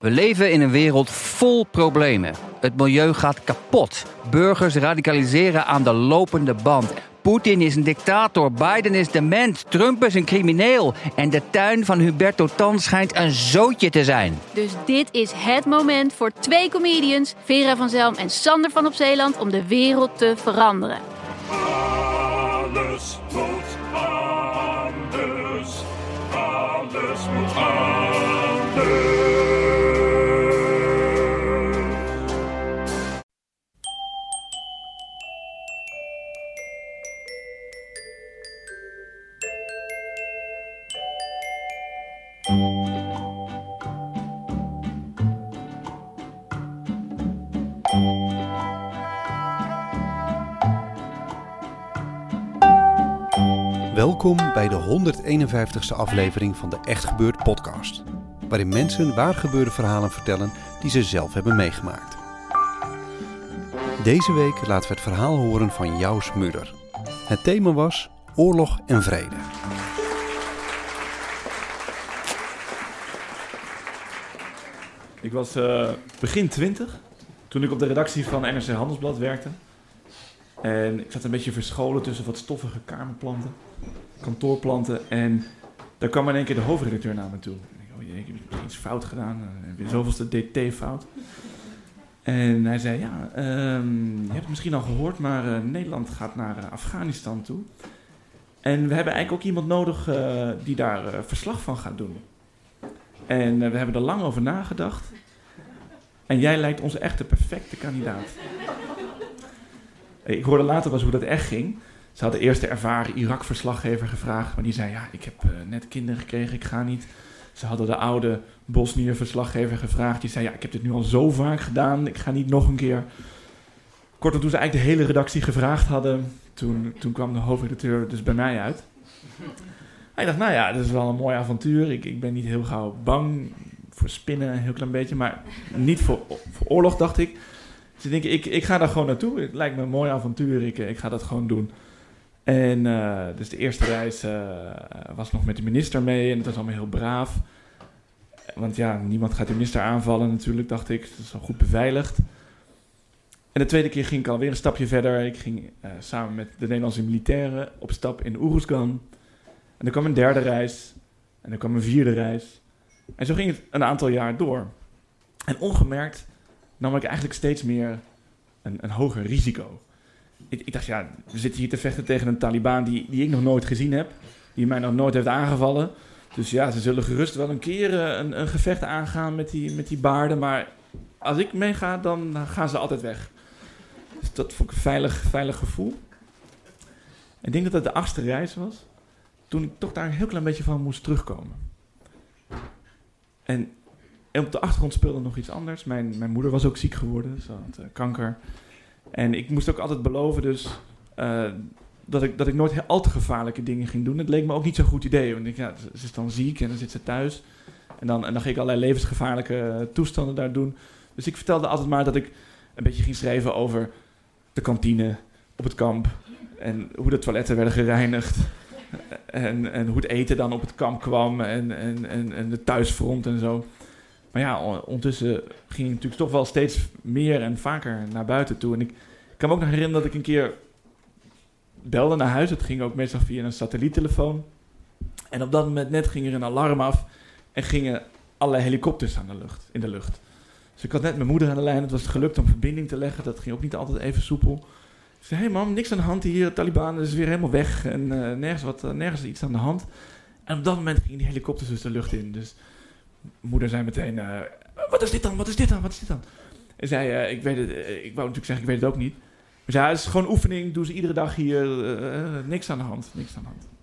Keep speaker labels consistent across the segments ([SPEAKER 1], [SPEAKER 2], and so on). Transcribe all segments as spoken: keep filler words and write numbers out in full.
[SPEAKER 1] We leven in een wereld vol problemen. Het milieu gaat kapot. Burgers radicaliseren aan de lopende band. Poetin is een dictator, Biden is dement, Trump is een crimineel. En de tuin van Huberto Tan schijnt een zootje te zijn.
[SPEAKER 2] Dus dit is het moment voor twee comedians, Vera van Zelm en Sander van op Zeeland, om de wereld te veranderen.
[SPEAKER 3] Alles moet anders. Alles moet anders.
[SPEAKER 4] Welkom bij de honderdeenenvijftigste aflevering van de Echt Gebeurd podcast, waarin mensen waar gebeurde verhalen vertellen die ze zelf hebben meegemaakt. Deze week laten we het verhaal horen van Jaus Muller. Het thema was oorlog en vrede.
[SPEAKER 5] Ik was uh, begin twintig toen ik op de redactie van N R C Handelsblad werkte. En ik zat een beetje verscholen tussen wat stoffige kamerplanten, kantoorplanten. En daar kwam in één keer de hoofdredacteur naar me toe. En ik dacht, oh jee, ik heb iets fout gedaan. Ik heb weer zoveelste D T-fout. En hij zei, ja, um, je hebt het misschien al gehoord, maar uh, Nederland gaat naar uh, Afghanistan toe. En we hebben eigenlijk ook iemand nodig uh, die daar uh, verslag van gaat doen. En uh, we hebben er lang over nagedacht. En jij lijkt onze echte perfecte kandidaat. Ik hoorde later pas hoe dat echt ging. Ze hadden eerst de ervaren Irak-verslaggever gevraagd. Maar die zei, ja, ik heb uh, net kinderen gekregen, ik ga niet. Ze hadden de oude Bosnië-verslaggever gevraagd. Die zei, ja, ik heb dit nu al zo vaak gedaan, ik ga niet nog een keer. Kortom, toen ze eigenlijk de hele redactie gevraagd hadden, toen, toen kwam de hoofdredacteur dus bij mij uit. Hij dacht, nou ja, dat is wel een mooi avontuur. Ik, ik ben niet heel gauw bang voor spinnen, een heel klein beetje. Maar niet voor, voor oorlog, dacht ik. Dus ik denk, ik, ik ga daar gewoon naartoe. Het lijkt me een mooi avontuur. Ik, ik ga dat gewoon doen. En uh, dus de eerste reis uh, was nog met de minister mee. En het was allemaal heel braaf. Want ja, niemand gaat de minister aanvallen natuurlijk, dacht ik. Dat is al goed beveiligd. En de tweede keer ging ik alweer een stapje verder. Ik ging uh, samen met de Nederlandse militairen op stap in Oeruzgan. En er kwam een derde reis. En er kwam een vierde reis. En zo ging het een aantal jaar door. En ongemerkt nam ik eigenlijk steeds meer een, een hoger risico. Ik, ik dacht, ja, we zitten hier te vechten tegen een Taliban die, die ik nog nooit gezien heb. Die mij nog nooit heeft aangevallen. Dus ja, ze zullen gerust wel een keer een, een gevecht aangaan met die, met die baarden. Maar als ik meega, dan gaan ze altijd weg. Dus dat vond ik een veilig, veilig gevoel. Ik denk dat het de achtste reis was. Toen ik toch daar een heel klein beetje van moest terugkomen. En, en op de achtergrond speelde nog iets anders. Mijn, mijn moeder was ook ziek geworden. Ze had uh, kanker. En ik moest ook altijd beloven dus, uh, dat, ik, dat ik nooit al te gevaarlijke dingen ging doen. Het leek me ook niet zo'n goed idee. Want ik, ja, ze is dan ziek en dan zit ze thuis. En dan, en dan ging ik allerlei levensgevaarlijke uh, toestanden daar doen. Dus ik vertelde altijd maar dat ik een beetje ging schrijven over de kantine op het kamp. En hoe de toiletten werden gereinigd. En, en hoe het eten dan op het kamp kwam. En, en, en, en de thuisfront en zo. Maar ja, ondertussen ging ik natuurlijk toch wel steeds meer en vaker naar buiten toe. En ik kan me ook nog herinneren dat ik een keer belde naar huis. Het ging ook meestal via een satelliettelefoon. En op dat moment net ging er een alarm af. En gingen allerlei helikopters aan de lucht, in de lucht. Dus ik had net mijn moeder aan de lijn. Het was gelukt om verbinding te leggen. Dat ging ook niet altijd even soepel. Ik zei, hé hey mam, niks aan de hand hier. Taliban is weer helemaal weg. En uh, nergens, wat, uh, nergens iets aan de hand. En op dat moment gingen die helikopters dus de lucht in. Dus moeder zei meteen, uh, wat is dit dan, wat is dit dan, wat is dit dan? En zei, uh, ik weet het, uh, ik wou natuurlijk zeggen, ik weet het ook niet. Maar zei, het is gewoon oefening, doen ze iedere dag hier, uh, uh, niks aan de hand, niks aan de hand.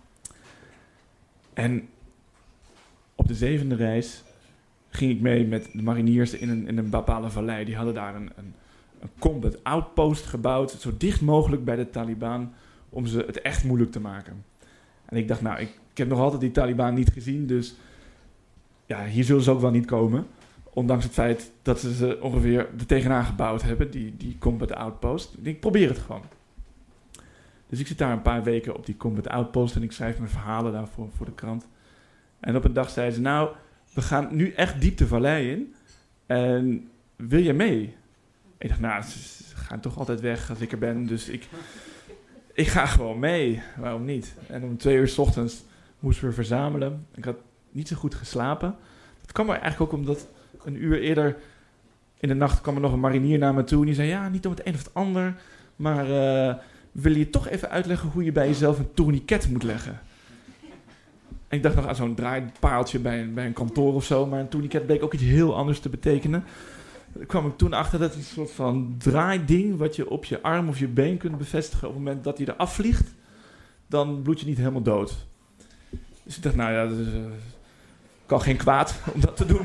[SPEAKER 5] En op de zevende reis ging ik mee met de mariniers in een, in een bepaalde vallei. Die hadden daar een, een, een combat outpost gebouwd, zo dicht mogelijk bij de Taliban, om ze het echt moeilijk te maken. En ik dacht, nou, ik, ik heb nog altijd die Taliban niet gezien, dus ja, hier zullen ze ook wel niet komen. Ondanks het feit dat ze ze ongeveer er tegenaan gebouwd hebben, die, die combat outpost. Ik denk, ik probeer het gewoon. Dus ik zit daar een paar weken op die combat outpost en ik schrijf mijn verhalen daarvoor voor de krant. En op een dag zei ze, nou, we gaan nu echt diep de vallei in. En wil je mee? Ik dacht, nou, ze, ze gaan toch altijd weg als ik er ben. Dus ik, ik ga gewoon mee. Waarom niet? En om twee uur 's ochtends moesten we verzamelen. Ik had niet zo goed geslapen. Dat kwam er eigenlijk ook omdat een uur eerder in de nacht kwam er nog een marinier naar me toe. En die zei, ja, niet om het een of het ander, maar uh, wil je toch even uitleggen hoe je bij jezelf een tourniquet moet leggen? En ik dacht nog aan zo'n draaipaaltje bij een, bij een kantoor of zo, maar een tourniquet bleek ook iets heel anders te betekenen. Daar kwam ik toen achter dat het een soort van draaiding wat je op je arm of je been kunt bevestigen op het moment dat hij er afvliegt, dan bloed je niet helemaal dood. Dus ik dacht, nou ja, dat is, uh, kan geen kwaad om dat te doen.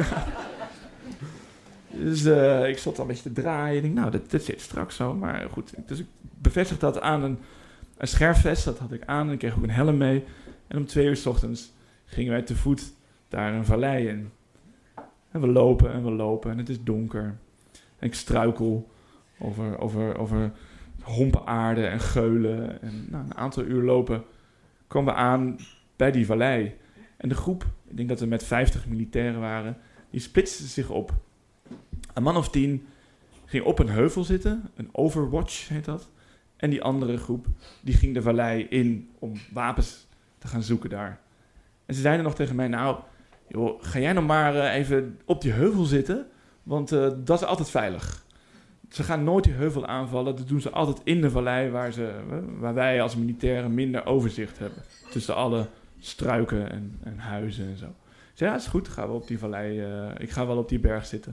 [SPEAKER 5] Dus uh, ik stond al een beetje te draaien. Ik denk, nou, dat, dat zit straks zo. Maar goed, dus ik bevestigde dat aan een, een scherfvest. Dat had ik aan en ik kreeg ook een helm mee. En om twee uur 's ochtends gingen wij te voet daar een vallei in. En we lopen en we lopen en het is donker. En ik struikel over, over, over hompen aarde en geulen. En na nou, een aantal uur lopen kwamen we aan bij die vallei. En de groep, ik denk dat we met vijftig militairen waren, die splitste zich op. Een man of tien ging op een heuvel zitten, een overwatch heet dat. En die andere groep, die ging de vallei in om wapens te gaan zoeken daar. En ze zeiden nog tegen mij, nou, joh, ga jij nog maar uh, even op die heuvel zitten, want uh, dat is altijd veilig. Ze gaan nooit die heuvel aanvallen, dat doen ze altijd in de vallei waar, ze, waar wij als militairen minder overzicht hebben. Tussen alle struiken en, en huizen en zo. Ik zei, ja, is goed, gaan we op die vallei, uh, ik ga wel op die berg zitten.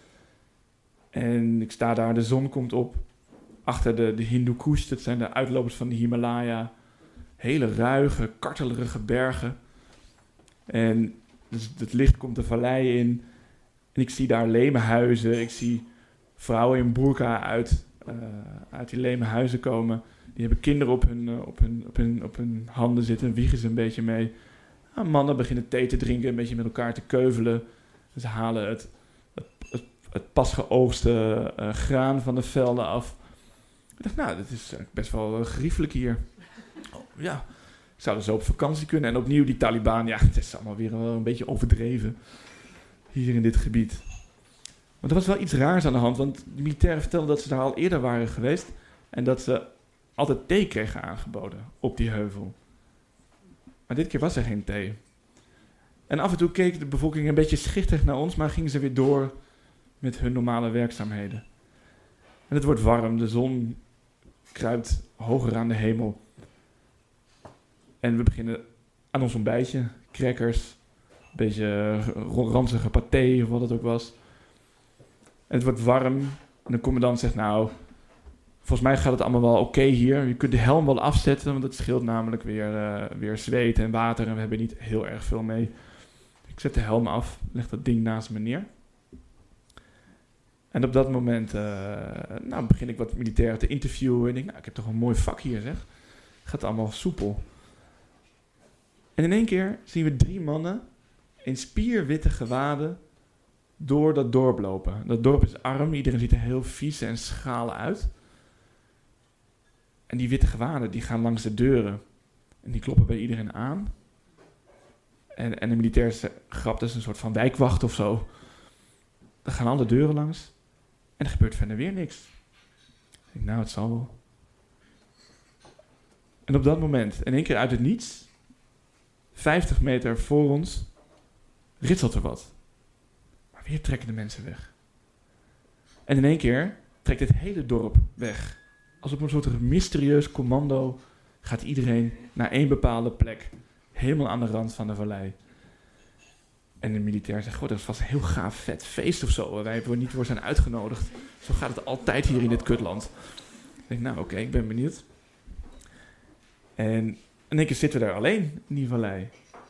[SPEAKER 5] En ik sta daar, de zon komt op. Achter de, de Hindu Kush, dat zijn de uitlopers van de Himalaya. Hele ruige, kartelerige bergen. En dus het licht komt de vallei in. En ik zie daar leme huizen. Ik zie vrouwen in burka uit, uh, uit die leme huizen komen. Die hebben kinderen op hun, uh, op hun, op hun, op hun handen zitten. Wiegen ze een beetje mee. Nou, mannen beginnen thee te drinken, een beetje met elkaar te keuvelen. Ze halen het, het, het, het pas geoogste uh, graan van de velden af. Ik dacht, nou, dat is best wel uh, geriefelijk hier. Oh, ja, ik zou dus zo op vakantie kunnen. En opnieuw die Taliban, ja, het is allemaal weer wel een beetje overdreven. Hier in dit gebied. Maar er was wel iets raars aan de hand. Want de militairen vertelden dat ze daar al eerder waren geweest. En dat ze altijd thee kregen aangeboden op die heuvel. Maar dit keer was er geen thee. En af en toe keek de bevolking een beetje schichtig naar ons. Maar gingen ze weer door met hun normale werkzaamheden. En het wordt warm. De zon kruipt hoger aan de hemel. En we beginnen aan ons ontbijtje. Crackers. Een beetje ranzige paté of wat het ook was. En het wordt warm. En de commandant zegt, nou, volgens mij gaat het allemaal wel oké okay hier. Je kunt de helm wel afzetten, want dat scheelt namelijk weer, uh, weer zweet en water. En we hebben niet heel erg veel mee. Ik zet de helm af, leg dat ding naast me neer. En op dat moment uh, nou, begin ik wat militairen te interviewen. En ik denk, nou, ik heb toch een mooi vak hier, zeg. Gaat allemaal soepel. En in één keer zien we drie mannen in spierwitte gewaden door dat dorp lopen. Dat dorp is arm, iedereen ziet er heel vies en schaal uit. En die witte gewaden, die gaan langs de deuren. En die kloppen bij iedereen aan. En, en de militair grapt, dat is een soort van wijkwacht of zo. Dan gaan alle deuren langs. En er gebeurt verder weer niks. Ik denk, nou, het zal wel. En op dat moment, in één keer uit het niets, vijftig meter voor ons, ritselt er wat. Maar weer trekken de mensen weg. En in één keer trekt het hele dorp weg. Als op een soort mysterieus commando gaat iedereen naar één bepaalde plek. Helemaal aan de rand van de vallei. En de militair zegt, goh, dat is vast een heel gaaf vet feest of zo. Wij hebben niet voor zijn uitgenodigd. Zo gaat het altijd hier in dit kutland. Ik denk, nou oké, okay, ik ben benieuwd. En in één keer zitten we daar alleen in die vallei.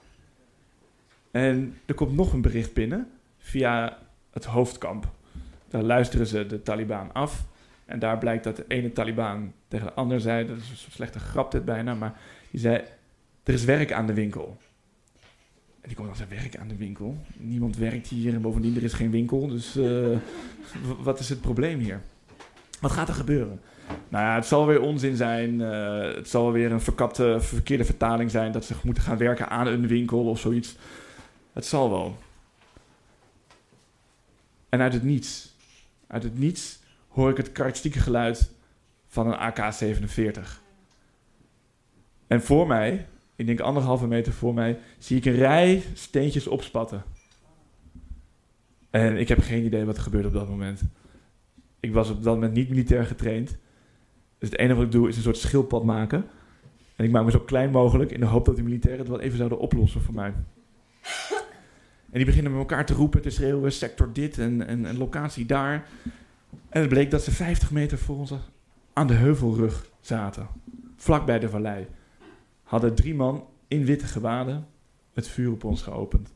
[SPEAKER 5] En er komt nog een bericht binnen via het hoofdkamp. Daar luisteren ze de Taliban af. En daar blijkt dat de ene Taliban tegen de ander zei, dat is een slechte grap dit bijna, maar die zei, er is werk aan de winkel. En die komt dan zeggen, werk aan de winkel? Niemand werkt hier en bovendien er is geen winkel, dus uh, w- wat is het probleem hier? Wat gaat er gebeuren? Nou ja, het zal weer onzin zijn, uh, het zal weer een verkapte, verkeerde vertaling zijn dat ze moeten gaan werken aan een winkel of zoiets. het zal wel. En uit het niets, uit het niets hoor ik het karakteristieke geluid van een A K zevenenveertig. En voor mij, ik denk anderhalve meter voor mij, zie ik een rij steentjes opspatten. En ik heb geen idee wat er gebeurt op dat moment. Ik was op dat moment niet militair getraind. Dus het enige wat ik doe is een soort schildpad maken. En ik maak me zo klein mogelijk in de hoop dat de militairen het wel even zouden oplossen voor mij. En die beginnen met elkaar te roepen, te schreeuwen, sector dit en, en, en locatie daar. En het bleek dat ze vijftig meter voor ons aan de heuvelrug zaten. Vlak bij de vallei. Hadden drie man in witte gewaden het vuur op ons geopend.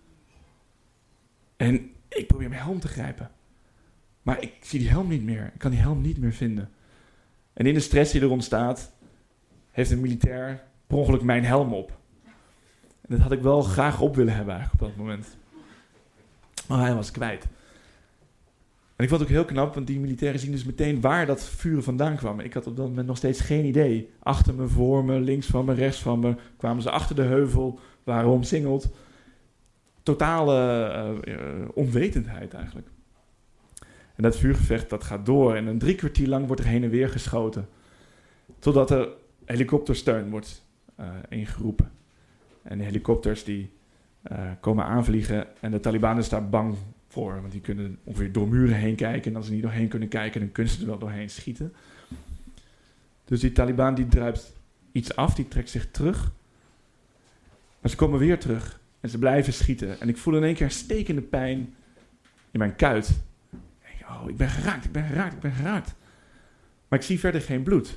[SPEAKER 5] En ik probeer mijn helm te grijpen. Maar ik zie die helm niet meer. Ik kan die helm niet meer vinden. En in de stress die er ontstaat, heeft een militair per ongeluk mijn helm op. En dat had ik wel graag op willen hebben eigenlijk op dat moment. Maar hij was kwijt. En ik vond het ook heel knap, want die militairen zien dus meteen waar dat vuur vandaan kwam. Ik had op dat moment nog steeds geen idee. Achter me, voor me, links van me, rechts van me. Kwamen ze achter de heuvel, waren omsingeld. Totale uh, uh, onwetendheid eigenlijk. En dat vuurgevecht dat gaat door. En een drie kwartier lang wordt er heen en weer geschoten. Totdat er helikoptersteun wordt uh, ingeroepen. En de helikopters die uh, komen aanvliegen. En de Taliban is daar bang voor. Want die kunnen ongeveer door muren heen kijken. En als ze niet doorheen kunnen kijken, dan kunnen ze er wel doorheen schieten. Dus die Taliban die druipt iets af. Die trekt zich terug. Maar ze komen weer terug. En ze blijven schieten. En ik voel in één keer een stekende pijn in mijn kuit. En ik, oh, ik ben geraakt, ik ben geraakt, ik ben geraakt. Maar ik zie verder geen bloed.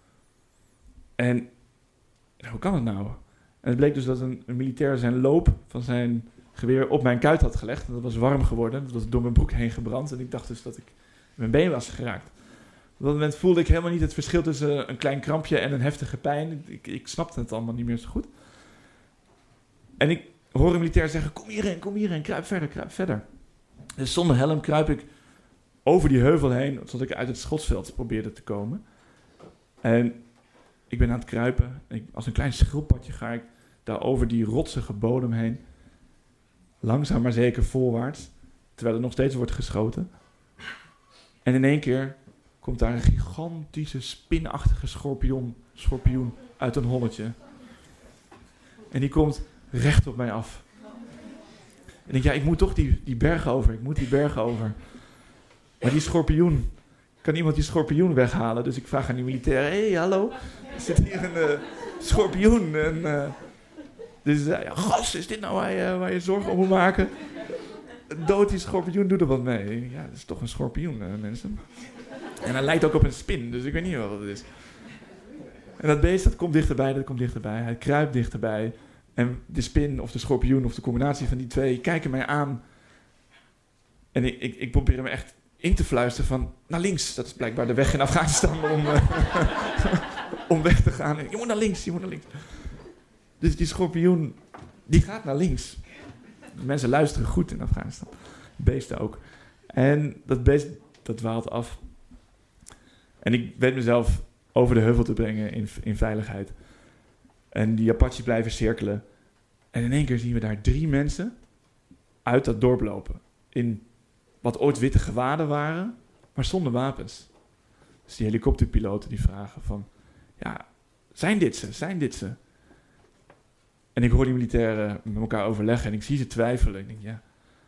[SPEAKER 5] En hoe kan het nou? En het bleek dus dat een, een militair zijn loop van zijn geweer op mijn kuit had gelegd. En dat was warm geworden. Dat was door mijn broek heen gebrand. En ik dacht dus dat ik mijn been was geraakt. Op dat moment voelde ik helemaal niet het verschil tussen een klein krampje en een heftige pijn. Ik, ik snapte het allemaal niet meer zo goed. En ik hoor een militair zeggen, kom hierheen, kom hierheen, kruip verder, kruip verder. Dus zonder helm kruip ik over die heuvel heen, zodat ik uit het schotsveld probeerde te komen. En ik ben aan het kruipen. En ik, als een klein schildpadje ga ik daar over die rotsige bodem heen. Langzaam maar zeker voorwaarts, terwijl er nog steeds wordt geschoten. En in één keer komt daar een gigantische, spinachtige schorpioen, schorpioen uit een holletje. En die komt recht op mij af. En ik denk, ja, ik moet toch die, die berg over. Ik moet die berg over. Maar die schorpioen, kan iemand die schorpioen weghalen? Dus ik vraag aan die militair, hé, hey, hallo, er zit hier een uh, schorpioen. En, uh, dus uh, ja, gas, is dit nou waar je, waar je zorgen om moet maken? Dood die schorpioen, doe er wat mee. Ja, dat is toch een schorpioen, uh, mensen. En hij lijkt ook op een spin, dus ik weet niet wat het is. En dat beest, dat komt dichterbij, dat komt dichterbij. Hij kruipt dichterbij. En de spin of de schorpioen of de combinatie van die twee kijken mij aan. En ik, ik, ik probeer hem echt in te fluisteren van naar links. Dat is blijkbaar de weg in Afghanistan om, uh, om weg te gaan. Je moet naar links, je moet naar links. Dus die schorpioen, die gaat naar links. De mensen luisteren goed in Afghanistan. Beesten ook. En dat beest, dat dwaalt af. En ik weet mezelf over de heuvel te brengen in, in veiligheid. En die Apaches blijven cirkelen. En in één keer zien we daar drie mensen uit dat dorp lopen. In wat ooit witte gewaden waren, maar zonder wapens. Dus die helikopterpiloten die vragen van, ja, zijn dit ze? Zijn dit ze? En ik hoor die militairen met elkaar overleggen en ik zie ze twijfelen. Ik denk, ja,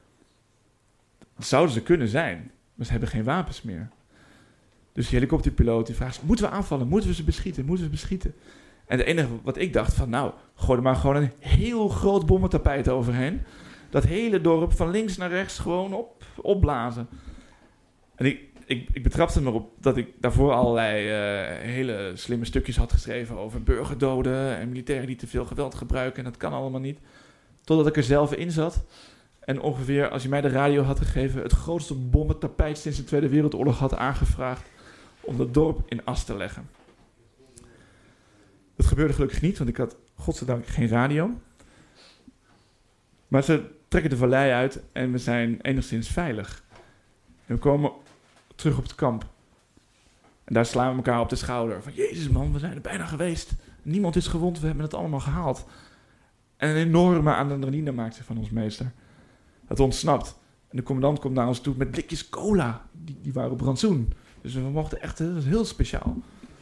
[SPEAKER 5] dat zouden ze kunnen zijn, maar ze hebben geen wapens meer. Dus die helikopterpiloot die vraagt, moeten we aanvallen? Moeten we ze beschieten? Moeten we ze beschieten? En het enige wat ik dacht van, nou, gooi er maar gewoon een heel groot bommentapijt overheen. Dat hele dorp van links naar rechts gewoon op, opblazen. En ik, ik, ik betrapte me erop dat ik daarvoor allerlei uh, hele slimme stukjes had geschreven over burgerdoden en militairen die te veel geweld gebruiken. En dat kan allemaal niet. Totdat ik er zelf in zat. En ongeveer, als je mij de radio had gegeven, het grootste bommentapijt sinds de Tweede Wereldoorlog had aangevraagd om dat dorp in as te leggen. Dat gebeurde gelukkig niet, want ik had godzijdank geen radio. Maar ze trekken de vallei uit en we zijn enigszins veilig. En we komen terug op het kamp. En daar slaan we elkaar op de schouder. Van, jezus man, we zijn er bijna geweest. Niemand is gewond, we hebben het allemaal gehaald. En een enorme adrenaline maakt zich van ons meester. Het ontsnapt. En de commandant komt naar ons toe met blikjes cola. Die, die waren op rantsoen. Dus we mochten echt, dat was heel speciaal.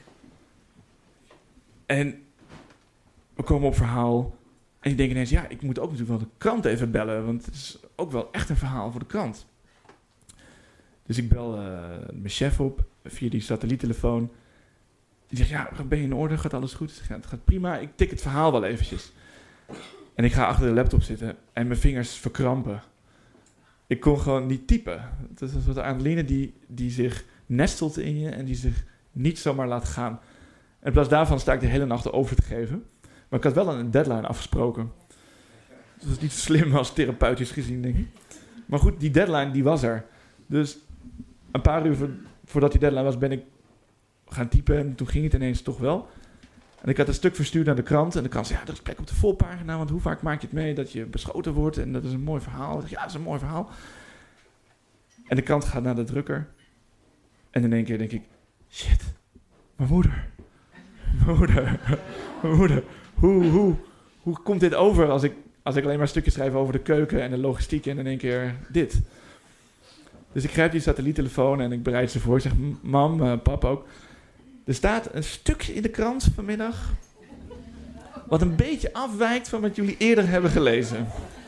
[SPEAKER 5] En we komen op verhaal. En ik denk ineens, ja, ik moet ook natuurlijk wel de krant even bellen. Want het is ook wel echt een verhaal voor de krant. Dus ik bel uh, mijn chef op via die satelliettelefoon. Die zegt, ja, ben je in orde? Gaat alles goed? Ik zeg, ja, het gaat prima. Ik tik het verhaal wel eventjes. En ik ga achter de laptop zitten en mijn vingers verkrampen. Ik kon gewoon niet typen. Het is een soort adrenaline die, die zich nestelt in je en die zich niet zomaar laat gaan. En in plaats daarvan sta ik de hele nacht over te geven. Maar ik had wel een deadline afgesproken. Dus dat is niet slim als therapeutisch gezien, denk ik. Maar goed, die deadline die was er. Dus een paar uur vo- voordat die deadline was, ben ik gaan typen. En toen ging het ineens toch wel. En ik had een stuk verstuurd naar de krant. En de krant zei, ja, er is plek op de voorpagina. Want hoe vaak maak je het mee dat je beschoten wordt? En dat is een mooi verhaal. Ik dacht, ja, dat is een mooi verhaal. En de krant gaat naar de drukker. En in één keer denk ik, shit, mijn moeder. Mijn moeder. Mijn moeder. Hoe, hoe, hoe komt dit over als ik, als ik alleen maar stukjes schrijf over de keuken en de logistiek en in één keer dit? Dus ik grijp die satelliettelefoon en ik bereid ze voor. Ik zeg, mam, uh, pap ook. Er staat een stukje in de krant vanmiddag wat een beetje afwijkt van wat jullie eerder hebben gelezen.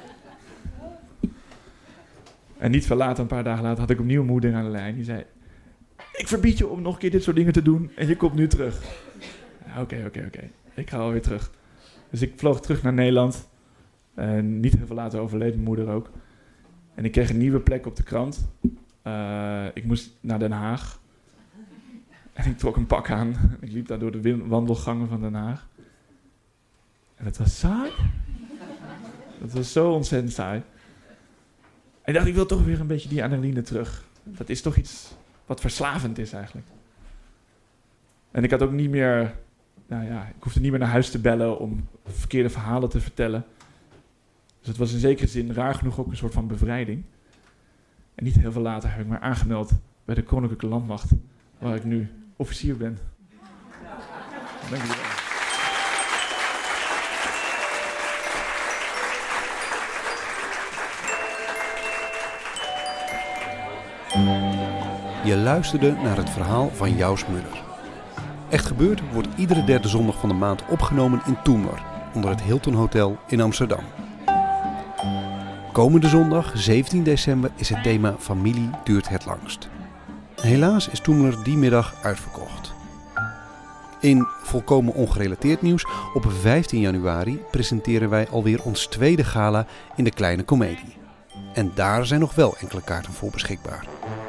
[SPEAKER 5] En niet veel later, een paar dagen later, had ik opnieuw een moeder aan de lijn. Die zei, ik verbied je om nog een keer dit soort dingen te doen en je komt nu terug. Oké, oké, oké. Ik ga alweer terug. Dus ik vloog terug naar Nederland. En niet heel veel later overleed mijn moeder ook. En ik kreeg een nieuwe plek op de krant. Uh, ik moest naar Den Haag. En ik trok een pak aan. Ik liep daar door de wandelgangen van Den Haag. En het was saai. Het was zo ontzettend saai. En ik dacht, ik wil toch weer een beetje die adrenaline terug. Dat is toch iets wat verslavend is eigenlijk. En ik had ook niet meer... Nou ja, ik hoefde niet meer naar huis te bellen om verkeerde verhalen te vertellen. Dus het was in zekere zin raar genoeg ook een soort van bevrijding. En niet heel veel later heb ik me aangemeld bij de Koninklijke Landmacht, waar ik nu officier ben. Dank jullie wel.
[SPEAKER 4] Je luisterde naar het verhaal van Jaus Muller. Echt Gebeurd wordt iedere derde zondag van de maand opgenomen in Toemler, onder het Hilton Hotel in Amsterdam. Komende zondag, zeventien december, is het thema Familie duurt het langst. Helaas is Toemler die middag uitverkocht. In volkomen ongerelateerd nieuws, op vijftien januari presenteren wij alweer ons tweede gala in de Kleine Comedie. En daar zijn nog wel enkele kaarten voor beschikbaar.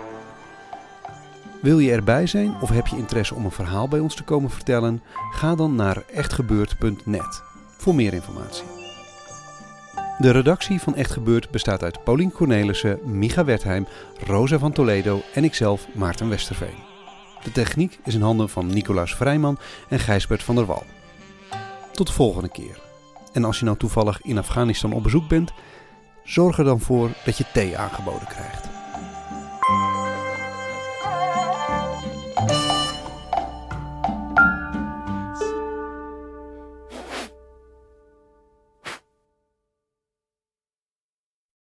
[SPEAKER 4] Wil je erbij zijn of heb je interesse om een verhaal bij ons te komen vertellen? Ga dan naar echtgebeurd punt net voor meer informatie. De redactie van Echt Gebeurd bestaat uit Paulien Cornelissen, Micha Wertheim, Rosa van Toledo en ikzelf, Maarten Westerveen. De techniek is in handen van Nicolaas Vrijman en Gijsbert van der Wal. Tot de volgende keer. En als je nou toevallig in Afghanistan op bezoek bent, zorg er dan voor dat je thee aangeboden krijgt.